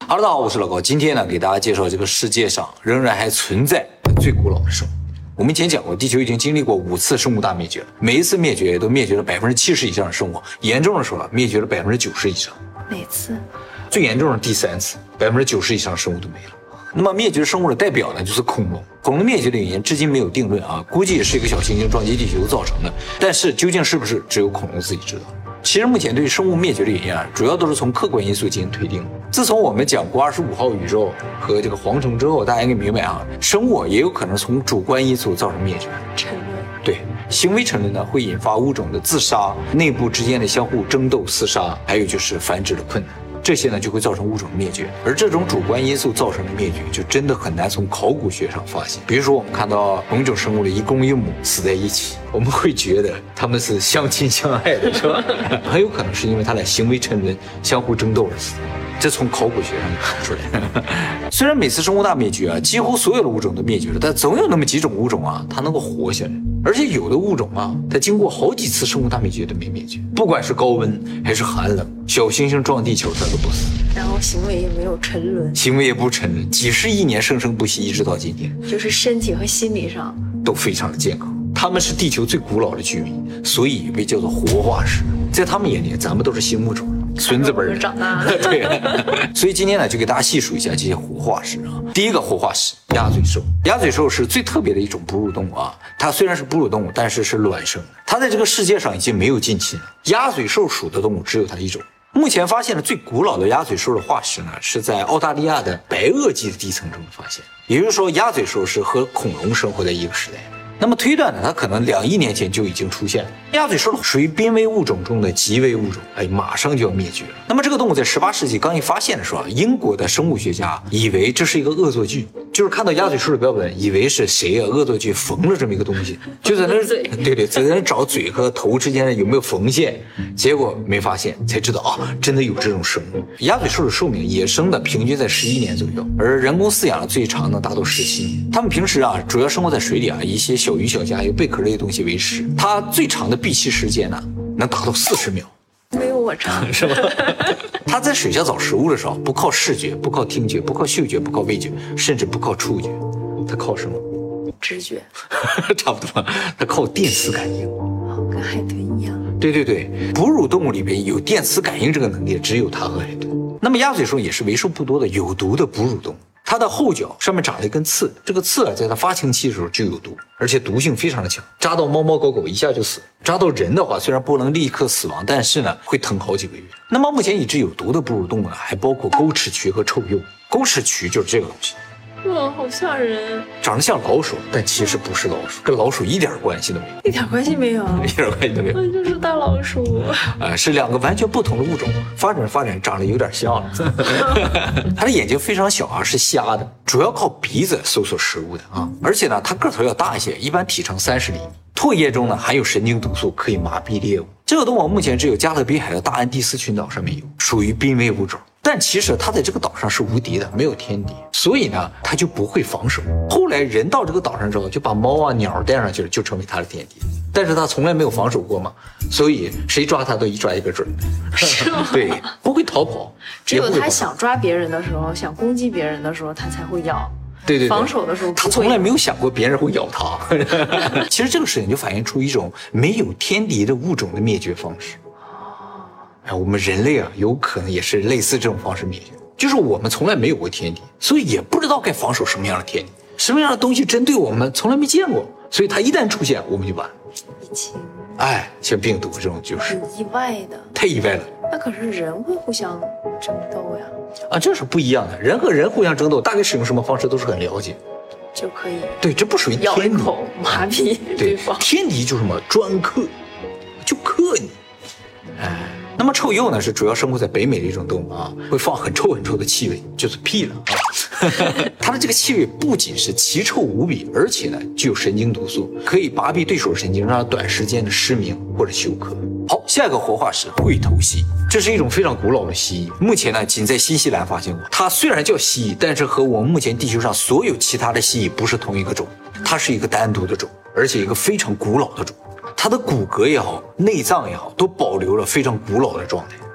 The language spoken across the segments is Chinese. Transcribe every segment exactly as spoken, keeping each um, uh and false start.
哈喽，大家好，我是老高。今天呢，给大家介绍这个世界上仍然还存在最古老的生物。我们以前讲过，地球已经经历过五次生物大灭绝，每一次灭绝都灭绝了百分之七十以上的生物，严重的时候啊，灭绝了百分之九十以上。 每次？ 最严重的第三次，百分之九十以上的生物都没了。那么灭绝生物的代表呢，就是恐龙。恐龙灭绝的原因至今没有定论啊，估计是一个小行星撞击地球造成的，但是究竟是不是，只有恐龙自己知道。其实目前对于生物灭绝的原因啊，主要都是从客观因素进行推定。自从我们讲过二十五号宇宙和这个蝗虫之后，大家应该明白啊，生物也有可能从主观因素造成灭绝。 沉沦。对， 行为沉沦呢会引发物种的自杀，内部之间的相互争斗厮杀，还有就是繁殖的困难。这些呢就会造成物种灭绝，而这种主观因素造成的灭绝，就真的很难从考古学上发现。比如说，我们看到某种生物的一公一母死在一起，我们会觉得他们是相亲相爱的，是吧？很有可能是因为他俩行为沉沦、相互争斗而死。这从考古学上就看出来。虽然每次生物大灭绝啊，几乎所有的物种都灭绝了，但总有那么几种物种啊，它能够活下来。而且有的物种啊，它经过好几次生物大灭绝都没灭绝，不管是高温还是寒冷，小行星撞地球它都不死， 然后行为也没有沉沦， 行为也不沉沦，几十亿年生生不息，一直到今天， 就是身体和心理上都非常的健康。他们是地球最古老的居民，所以被叫做活化石。在他们眼里，咱们都是新物种，孙子辈儿长大了。 对，所以今天呢，就给大家细数一下这些活化石啊。第一个活化石，鸭嘴兽。鸭嘴兽是最特别的一种哺乳动物啊，它虽然是哺乳动物，但是是卵生的。它在这个世界上已经没有近亲了。鸭嘴兽属的动物只有它一种。目前发现的最古老的鸭嘴兽的化石呢，是在澳大利亚的白垩纪的地层中发现。也就是说，鸭嘴兽是和恐龙生活在一个时代。那么推断呢，它可能两亿年前就已经出现了。鸭嘴兽属于濒危物种中的极危物种，哎，马上就要灭绝了。那么这个动物在十八世纪刚一发现的时候啊，英国的生物学家以为这是一个恶作剧，就是看到鸭嘴兽的标本，以为是谁啊恶作剧缝了这么一个东西，就在那对对，在那找嘴和头之间有没有缝线，结果没发现，才知道啊，真的有这种生物。鸭嘴兽的寿命，野生的平均在十一年左右，而人工饲养的最长能达到十七年。它们平时啊，主要生活在水里啊，一些小鱼小虾有贝壳类的东西为食。它最长的闭气时间呢，能达到四十秒， 没有我长， 是吧？它在水下找食物的时候，不靠视觉，不靠听觉，不靠嗅觉，不靠味觉，甚至不靠触觉，它靠什么？ 直觉。 差不多，它靠电磁感应。 哦，跟海豚一样。 对对对，哺乳动物里面有电磁感应这个能力，只有它和海豚。那么鸭嘴兽也是为数不多的有毒的哺乳动物。它的后脚上面长了一根刺，这个刺啊，在它发情期的时候就有毒，而且毒性非常的强，扎到猫猫狗狗一下就死。扎到人的话，虽然不能立刻死亡，但是呢，会疼好几个月。那么目前已知有毒的哺乳动物呢，还包括钩齿蛆和臭鼬。钩齿蛆就是这个东西。 哇，好吓人！ 长得像老鼠，但其实不是老鼠，跟老鼠一点关系都没有， 一点关系没有， 一点关系都没有， 那就是大老鼠。 呃，是两个完全不同的物种，发展发展长得有点像了。它的眼睛非常小啊，是瞎的，主要靠鼻子搜索食物的啊，而且呢，它个头要大一些，一般体长三十厘米。唾液中呢含有神经毒素，可以麻痹猎物。这个动物目前只有加勒比海的大安第斯群岛上面有，属于濒危物种。但其实它在这个岛上是无敌的，没有天敌，所以呢，它就不会防守。后来人到这个岛上之后，就把猫啊、鸟带上去了，就成为它的天敌。但是它从来没有防守过嘛，所以谁抓它都一抓一个准。 是吗？ 对，不会逃跑。 只有它想抓别人的时候，想攻击别人的时候，它才会咬。 对对对， 防守的时候他从来没有想过别人会咬他。其实这个事情就反映出一种没有天敌的物种的灭绝方式。哎，我们人类啊，有可能也是类似这种方式灭绝，就是我们从来没有过天敌，所以也不知道该防守什么样的天敌，什么样的东西针对我们从来没见过，所以它一旦出现，我们就完了。 疫情， 哎，像病毒这种就是很意外的， 太意外了。 那可是人会互相争斗呀。 啊，这是不一样的，人和人互相争斗，大概使用什么方式都是很了解， 就可以。 对，这不属于咬一天敌， 口麻痹对方。 天敌就是什么专克，就克你。哎，那么臭鼬呢，是主要生活在北美的一种动物啊，会放很臭很臭的气味，就是屁了啊。它的这个气味不仅是奇臭无比，而且呢具有神经毒素，可以麻痹对手神经，让它短时间的失明或者休克。好，下一个活化石喙头蜥，这是一种非常古老的蜥蜴，目前呢仅在新西兰发现过。它虽然叫蜥蜴，但是和我们目前地球上所有其他的蜥蜴不是同一个种，它是一个单独的种，而且一个非常古老的种。它的骨骼也好，内脏也好，都保留了非常古老的状态。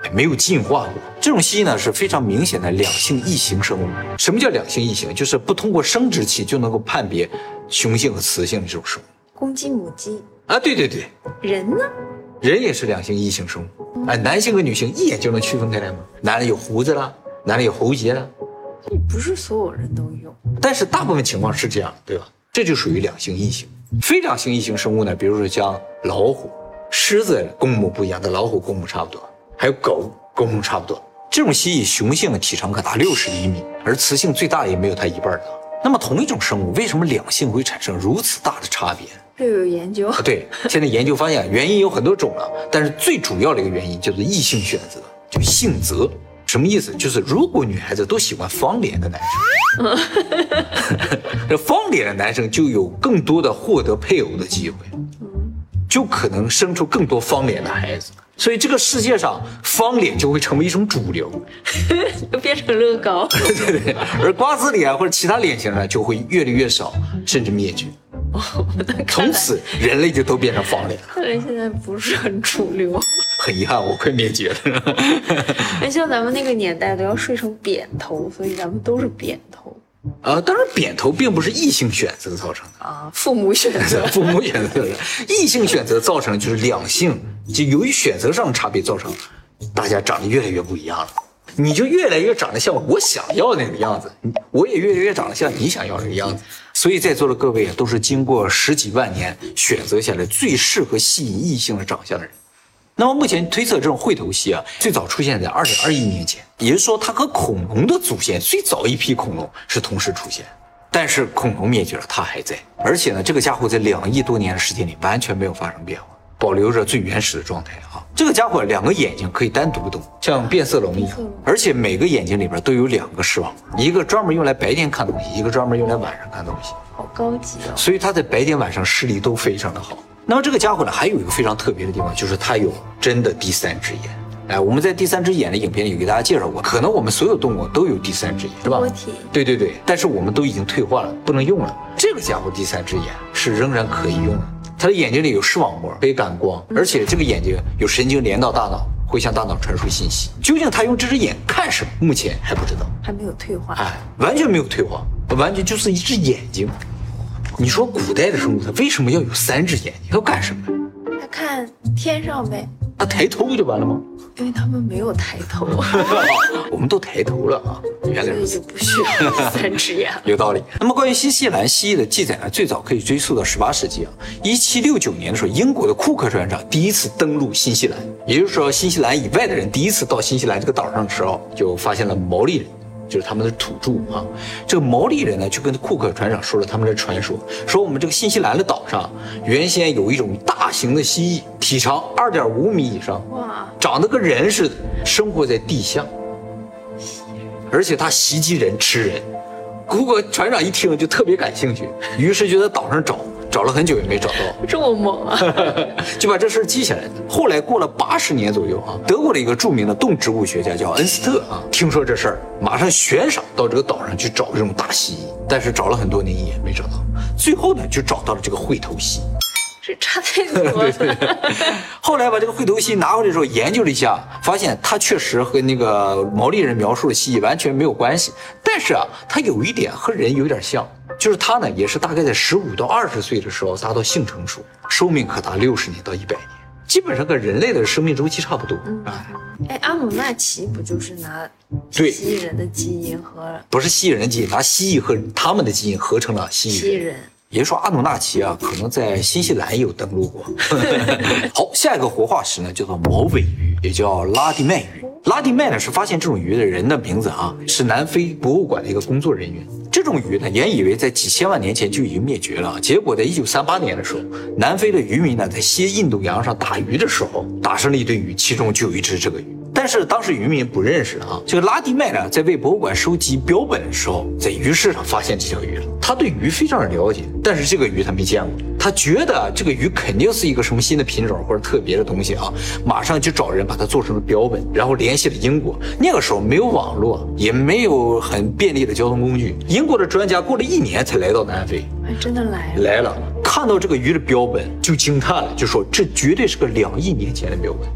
没有进化过。这种蜥蜴呢是非常明显的两性异形生物。什么叫两性异形？就是不通过生殖器就能够判别雄性和雌性的这种生物。 公鸡母鸡啊，对对对。 人呢？ 人也是两性异形生物。啊，男性和女性一眼就能区分开来吗？男人有胡子啦，男人有喉结啦。 不是所有人都有， 但是大部分情况是这样，对吧？这就属于两性异形。非两性异形生物呢，比如说像老虎、狮子，公母不一样，但老虎公母差不多，还有狗，公母差不多。这种蜥蜴雄性体长可达六十厘米，而雌性最大也没有它一半大。那么同一种生物，为什么两性会产生如此大的差别？ 这有研究。 对，现在研究发现原因有很多种了，但是最主要的一个原因叫做异性选择，就性择。什么意思？就是如果女孩子都喜欢方脸的男生，这方脸的男生就有更多的获得配偶的机会，就可能生出更多方脸的孩子。所以这个世界上方脸就会成为一种主流， 就变成乐高。 对对，而瓜子脸或者其他脸型呢就会越来越少，甚至灭绝。 哦， 从此人类就都变成方脸了。 看来现在不是很主流。 很遗憾，我快灭绝了。 那像咱们那个年代都要睡成扁头，所以咱们都是扁头。 啊，当然扁头并不是异性选择造成的啊，父母选择， 父母选择的，异性选择造成就是两性就由于选择上的差别造成，大家长得越来越不一样了。你就越来越长得像我想要的那个样子，我也越来越长得像你想要的那个样子。所以在座的各位都是经过十几万年选择下来最适合吸引异性的长相的人。那么目前推测这种喙头蜥啊，最早出现在二点二亿年前，也就是说它和恐龙的祖先最早一批恐龙是同时出现。但是恐龙灭绝了，它还在，而且呢，这个家伙在两亿多年的时间里完全没有发生变化，保留着最原始的状态啊。这个家伙两个眼睛可以单独动，像变色龙一样，而且每个眼睛里边都有两个视网膜，一个专门用来白天看东西，一个专门用来晚上看东西。 好高级哦！ 所以它在白天晚上视力都非常的好。那么这个家伙呢，还有一个非常特别的地方，就是它有真的第三只眼。哎，我们在第三只眼的影片里给大家介绍过，可能我们所有动物都有第三只眼，是吧？对对对，但是我们都已经退化了，不能用了。这个家伙第三只眼是仍然可以用的，它的眼睛里有视网膜，可以感光，而且这个眼睛有神经连到大脑，会向大脑传输信息。究竟它用这只眼看什么，目前还不知道， 还没有退化。 哎，完全没有退化，完全就是一只眼睛。你说古代的生物它为什么要有三只眼睛？要干什么？ 它看天上呗。 它抬头不就完了吗？ 因为他们没有抬头。 我们都抬头了啊，原来所以就不需要三只眼。 有道理。那么关于新西兰蜥蜴的记载呢，最早可以追溯到十八世纪啊，一七六九年的时候，英国的库克船长第一次登陆新西兰，也就是说新西兰以外的人第一次到新西兰这个岛上的时候，就发现了毛利人。就是他们的土著啊，这个毛利人呢就跟库克船长说了他们的传说，说我们这个新西兰的岛上原先有一种大型的蜥蜴，体长二点五米以上，哇，长得跟人似的，生活在地下，而且它袭击人吃人。库克船长一听就特别感兴趣，于是就在岛上找。找了很久也没找到， 这么猛啊！ 就把这事记下来了。后来过了八十年左右啊，德国的一个著名的动植物学家叫恩斯特啊，听说这事儿，马上悬赏到这个岛上去找这种大蜥蜴，但是找了很多年也没找到，最后呢就找到了这个喙头蜥。 这差太多了。对对对， 后来把这个喙头蜥拿回来之后研究了一下，发现它确实和那个毛利人描述的蜥蜴完全没有关系，但是啊，它有一点和人有点像。就是它呢，也是大概在十五到二十岁的时候达到性成熟，寿命可达六十年到一百年，基本上跟人类的生命周期差不多。嗯、啊， 哎，阿努纳奇不就是拿蜥蜴人的基因和不是蜥蜴人的基因，拿蜥蜴和他们的基因合成了蜥蜴人。蜥蜴人。也就是说，阿努纳奇啊，可能在新西兰也有登陆过。好，下一个活化石呢，叫做毛尾鱼，也叫拉蒂麦鱼。拉蒂麦呢是发现这种鱼的人的名字啊，是南非博物馆的一个工作人员。这种鱼呢，原以为在几千万年前就已经灭绝了，结果在一九三八年的时候，南非的渔民呢在西印度洋上打鱼的时候，打上了一堆鱼，其中就有一只这个鱼。但是当时渔民不认识啊，这个拉蒂麦呢，在为博物馆收集标本的时候，在鱼市上发现这条鱼了。他对鱼非常的了解，但是这个鱼他没见过，他觉得这个鱼肯定是一个什么新的品种或者特别的东西啊，马上就找人把它做成了标本，然后联系了英国。那个时候没有网络，也没有很便利的交通工具，英国的专家过了一年才来到南非， 还真的来了， 来了，看到这个鱼的标本就惊叹了，就说这绝对是个两亿年前的标本。 哦，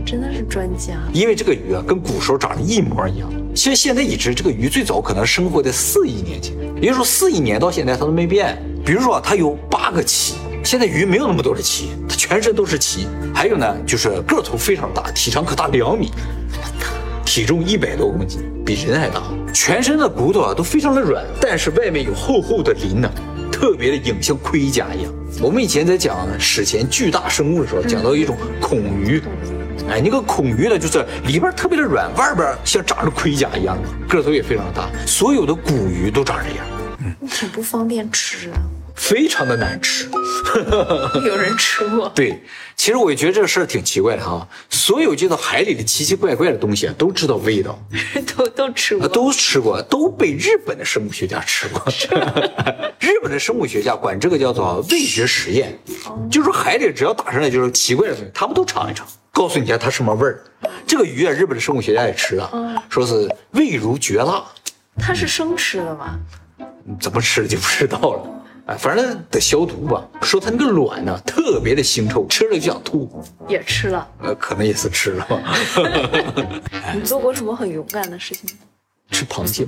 真的是专家。 因为这个鱼啊，跟古时候长得一模一样。其实现在已知这个鱼最早可能生活在四亿年前，也就是说四亿年到现在它都没变。比如说它有八个鳍，现在鱼没有那么多的鳍，它全身都是鳍。还有呢，就是个头非常大，体长可达两米，体重一百多公斤，比人还大。全身的骨头啊都非常的软，但是外面有厚厚的鳞呢，特别的硬，像盔甲一样。我们以前在讲史前巨大生物的时候，讲到一种孔鱼。哎，那个孔鱼呢，就是里边特别的软，外边像长着盔甲一样的，个头也非常大。所有的古鱼都长这样， 嗯，挺不方便吃的， 非常的难吃。 有人吃过？ 对，其实我也觉得这个事儿挺奇怪的哈。所有见到海里的奇奇怪怪的东西啊，都知道味道， 都都吃过， 都吃过，都被日本的生物学家吃过。日本的生物学家管这个叫做味觉实验，就是说海里只要打上来就是奇怪的东西，他们都尝一尝。告诉你家它什么味儿，这个鱼啊，日本的生物学家也吃了，嗯、说是味如绝辣。 它是生吃的吗？ 怎么吃的就不知道了，哎，反正得消毒吧。说它那个卵呢，特别的腥臭，吃了就想吐。 也吃了？ 呃，可能也是吃了吧。 你做过什么很勇敢的事情？ 吃螃蟹。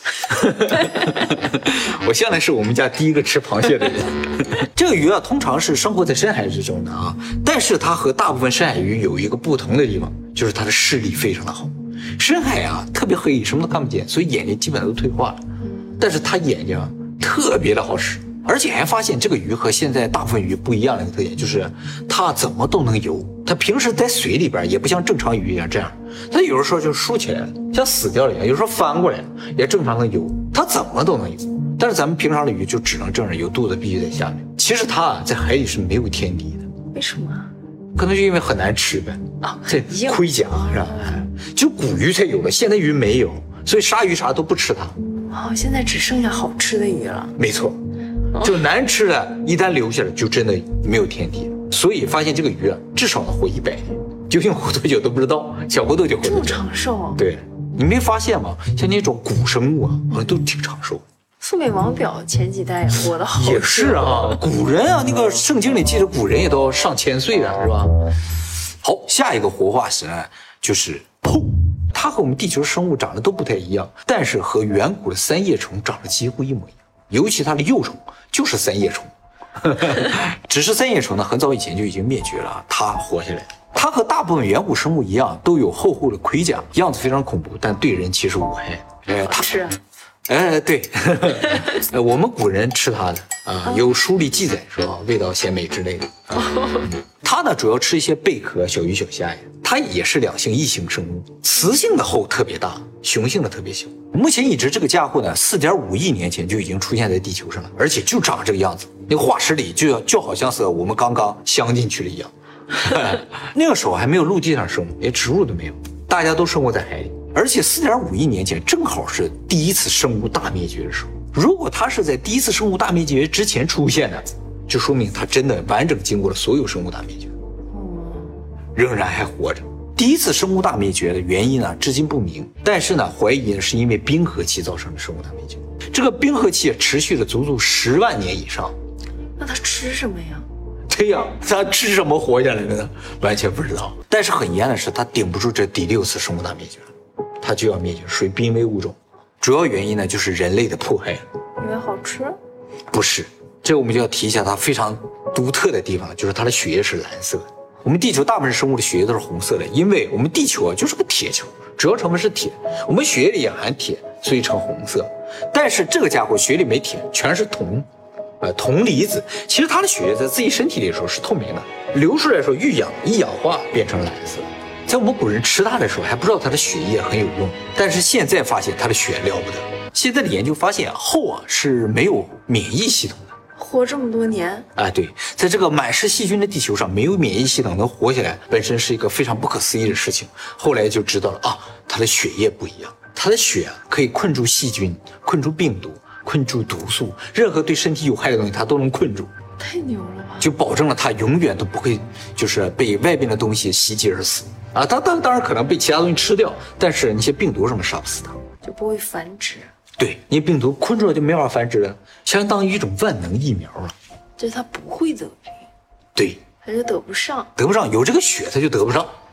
我向来是我们家第一个吃螃蟹的人。这个鱼啊，通常是生活在深海之中的啊，但是它和大部分深海鱼有一个不同的地方，就是它的视力非常的好。深海啊特别黑，什么都看不见，所以眼睛基本上都退化了。但是它眼睛啊特别的好使，而且还发现这个鱼和现在大部分鱼不一样的一个特点，就是它怎么都能游。它平时在水里边也不像正常鱼一样这样，它有的时候就竖起来了，像死掉了一样；有时候翻过来了，也正常的游。它怎么都能游。但是咱们平常的鱼就只能这样游，肚子必须在下面。其实它啊在海里是没有天敌的。 为什么？ 可能就因为很难吃呗。啊，这盔甲是吧？就古鱼才有了，现代鱼没有，所以鲨鱼啥都不吃它。 哦，现在只剩下好吃的鱼了。 没错，就难吃的，一旦留下来，就真的没有天敌了。所以发现这个鱼啊，至少能活一百年，究竟活多久都不知道，想活多久活多久。 这么长寿？ 对，你没发现吗？像那种古生物啊，好像都挺长寿。 素美王表前几代活得好， 也是啊，古人啊，那个圣经里记着古人也都上千岁了，是吧？好，下一个活化石呢，就是鲎。它和我们地球生物长得都不太一样，但是和远古的三叶虫长得几乎一模一样，尤其它的幼虫就是三叶虫。只是三叶虫呢，很早以前就已经灭绝了，它活下来。它和大部分远古生物一样，都有厚厚的盔甲，样子非常恐怖，但对人其实无害。 哎，它是。 哎，对，我们古人吃它的啊，有书里记载说味道鲜美之类的。啊、它呢主要吃一些贝壳、小鱼小虾呀。它也是两性异性生物，雌性的鲎特别大，雄性的特别小。目前已知这个家伙呢，四点五亿年前就已经出现在地球上了，而且就长这个样子。那个化石里就就好像是我们刚刚镶进去了一样。那个时候还没有陆地上生物，连植物都没有，大家都生活在海里。而且四点五亿年前正好是第一次生物大灭绝的时候。如果它是在第一次生物大灭绝之前出现的，就说明它真的完整经过了所有生物大灭绝，仍然还活着。第一次生物大灭绝的原因呢，至今不明。但是呢，怀疑是因为冰河期造成的生物大灭绝。这个冰河期持续了足足十万年以上。 那它吃什么呀？ 对呀，它吃什么活下来的呢？完全不知道。但是很遗憾的是，它顶不住这第六次生物大灭绝了。它就要灭绝，属于濒危物种。主要原因呢，就是人类的迫害。 因为好吃？ 不是，这我们就要提一下它非常独特的地方，就是它的血液是蓝色的。我们地球大部分生物的血液都是红色的，因为我们地球啊就是个铁球，主要成分是铁，我们血液里也含铁，所以呈红色。但是这个家伙血里没铁，全是铜，呃，铜离子。其实它的血液在自己身体里的时候是透明的，流出来的时候遇氧一氧化变成蓝色。在我们古人吃它的时候还不知道它的血液很有用，但是现在发现它的血了不得。现在的研究发现啊，鲎啊是没有免疫系统的， 活这么多年啊，对，在这个满是细菌的地球上，没有免疫系统能活下来，本身是一个非常不可思议的事情。后来就知道了啊，它的血液不一样，它的血啊可以困住细菌、困住病毒、困住毒素，任何对身体有害的东西它都能困住。 太牛了吧！ 就保证了它永远都不会就是被外边的东西袭击而死啊！它当当然可能被其他东西吃掉，但是那些病毒什么杀不死它， 就不会繁殖。 对，因为病毒困住了就没法繁殖了，相当于一种万能疫苗了。 就是它不会得病， 对， 它就得不上， 得不上，有这个血它就得不上，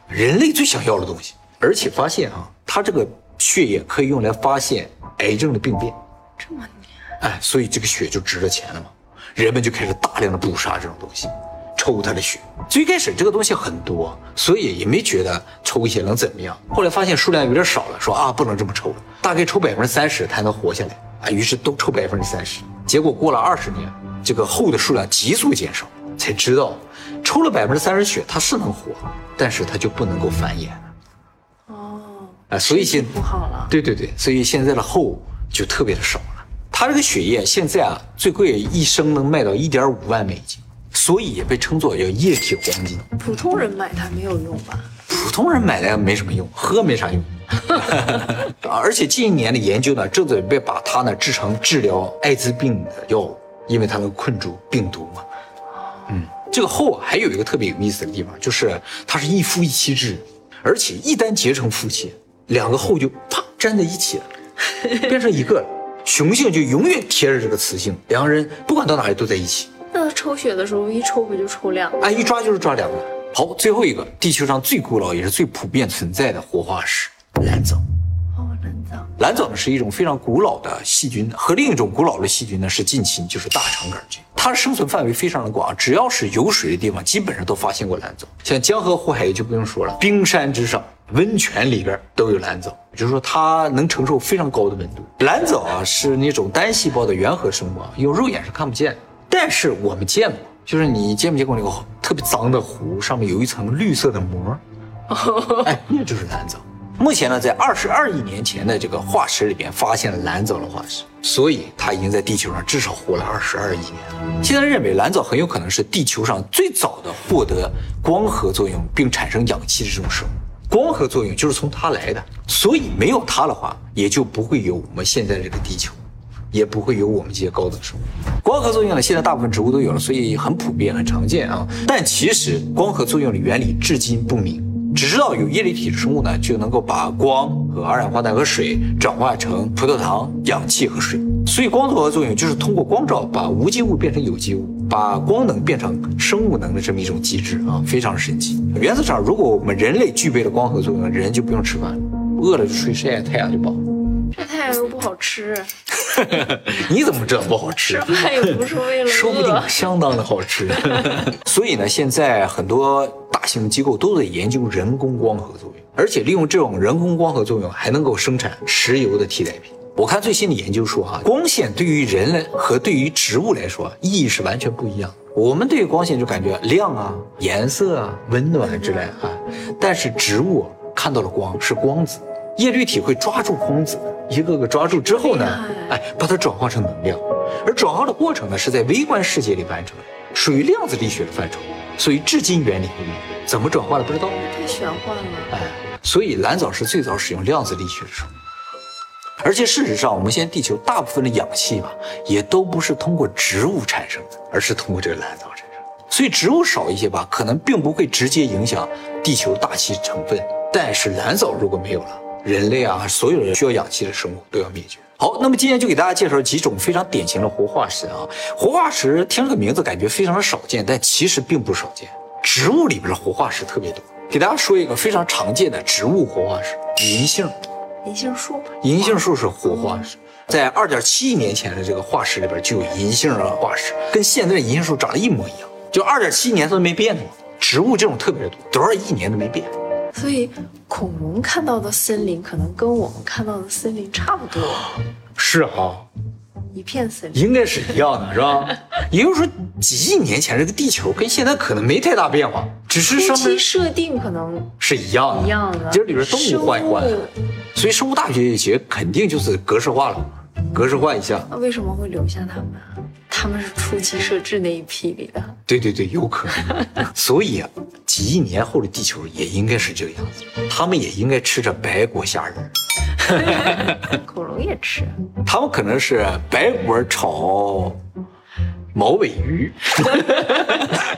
人类最想要的东西。而且发现啊，它这个血液可以用来发现癌症的病变。 这么厉害！ 哎，所以这个血就值了钱了嘛。人们就开始大量的捕杀这种东西，抽它的血。最开始这个东西很多，所以也没觉得抽一些能怎么样。后来发现数量有点少了，说啊不能这么抽了，大概抽百分之三十才能活下来啊。于是都抽百分之三十。结果过了二十年，这个后的数量急速减少，才知道抽了百分之三十血它是能活，但是它就不能够繁衍了。 哦， 啊，所以现不好了。 对对对，所以现在的后就特别的少了。它这个血液现在啊，最贵一升能卖到一点五万美金，所以也被称作叫液体黄金。 普通人买它没有用吧？ 普通人买来没什么用，喝没啥用。而且近一年的研究呢，正准备把它呢制成治疗艾滋病的药物，因为它能困住病毒嘛。嗯，这个后啊还有一个特别有意思的地方，就是它是一夫一妻制，而且一旦结成夫妻，两个后就啪粘在一起了，变成一个了。雄性就永远贴着这个雌性，两个人不管到哪里都在一起。 那抽血的时候一抽不就抽两个？ 哎，一抓就是抓两个。好，最后一个，地球上最古老也是最普遍存在的活化石——蓝藻。 哦，蓝藻。 蓝藻呢是一种非常古老的细菌，和另一种古老的细菌呢是近亲，就是大肠杆菌。它的生存范围非常的广，只要是有水的地方，基本上都发现过蓝藻。像江河湖海就不用说了，冰山之上、温泉里边都有蓝藻，就是说它能承受非常高的温度。蓝藻啊是那种单细胞的原核生物啊，用肉眼是看不见的，但是我们见过，就是你见没见过那个特别脏的湖，上面有一层绿色的膜？哎，那就是蓝藻。目前呢，在二十二亿年前的这个化石里边发现了蓝藻的化石，所以它已经在地球上至少活了二十二亿年了。现在认为蓝藻很有可能是地球上最早的获得光合作用并产生氧气的这种生物。光合作用就是从它来的，所以没有它的话，也就不会有我们现在这个地球，也不会有我们这些高等生物。光合作用呢，现在大部分植物都有了，所以很普遍、很常见啊。但其实光合作用的原理至今不明。只知道有叶绿体的生物呢，就能够把光和二氧化碳和水转化成葡萄糖、氧气和水。所以光合作用就是通过光照把无机物变成有机物，把光能变成生物能的这么一种机制啊，非常神奇。原则上，如果我们人类具备了光合作用，人就不用吃饭，饿了就出去晒晒太阳就饱。 晒太阳又不好吃。 你怎么知道不好吃？ 吃饭又不是为了饿， 说不定相当的好吃。所以呢，现在很多大型机构都在研究人工光合作用，而且利用这种人工光合作用还能够生产石油的替代品。我看最新的研究说啊，光线对于人类和对于植物来说意义是完全不一样。我们对于光线就感觉亮啊、颜色啊、温暖之类啊，但是植物看到了光是光子，叶绿体会抓住光子，一个个抓住之后呢，哎，把它转化成能量，而转化的过程呢是在微观世界里完成的，属于量子力学的范畴，所以至今原理不明，怎么转化的不知道。 太玄幻了。 哎，所以蓝藻是最早使用量子力学的生物。而且事实上，我们现在地球大部分的氧气吧，也都不是通过植物产生的，而是通过这个蓝藻产生的。所以植物少一些吧，可能并不会直接影响地球大气成分。但是蓝藻如果没有了，人类啊，所有人需要氧气的生物都要灭绝。好，那么今天就给大家介绍几种非常典型的活化石啊。活化石听这个名字感觉非常的少见，但其实并不少见。植物里边的活化石特别多。给大家说一个非常常见的植物活化石——银杏。 银杏树， 银杏树是活化石，在二点七亿年前的这个化石里边就有银杏的化石，跟现在的银杏树长得一模一样，就二点七亿年都没变过。植物这种特别多，多少亿年都没变。 所以恐龙看到的森林可能跟我们看到的森林差不多。 是啊， 一片森林， 应该是一样的，是吧？也就是说，几亿年前这个地球跟现在可能没太大变化，只是上面设定可能是一样的， 一样的， 就是里边动物换一换，所以生物大学学肯定就是格式化了，格式化一下。 那为什么会留下他们啊？他们是初期设置那一批里的。 对对对，有可能。所以啊，几亿年后的地球也应该是这个样子，他们也应该吃着白果虾仁。 恐龙也吃， 他们可能是白果炒毛尾鱼。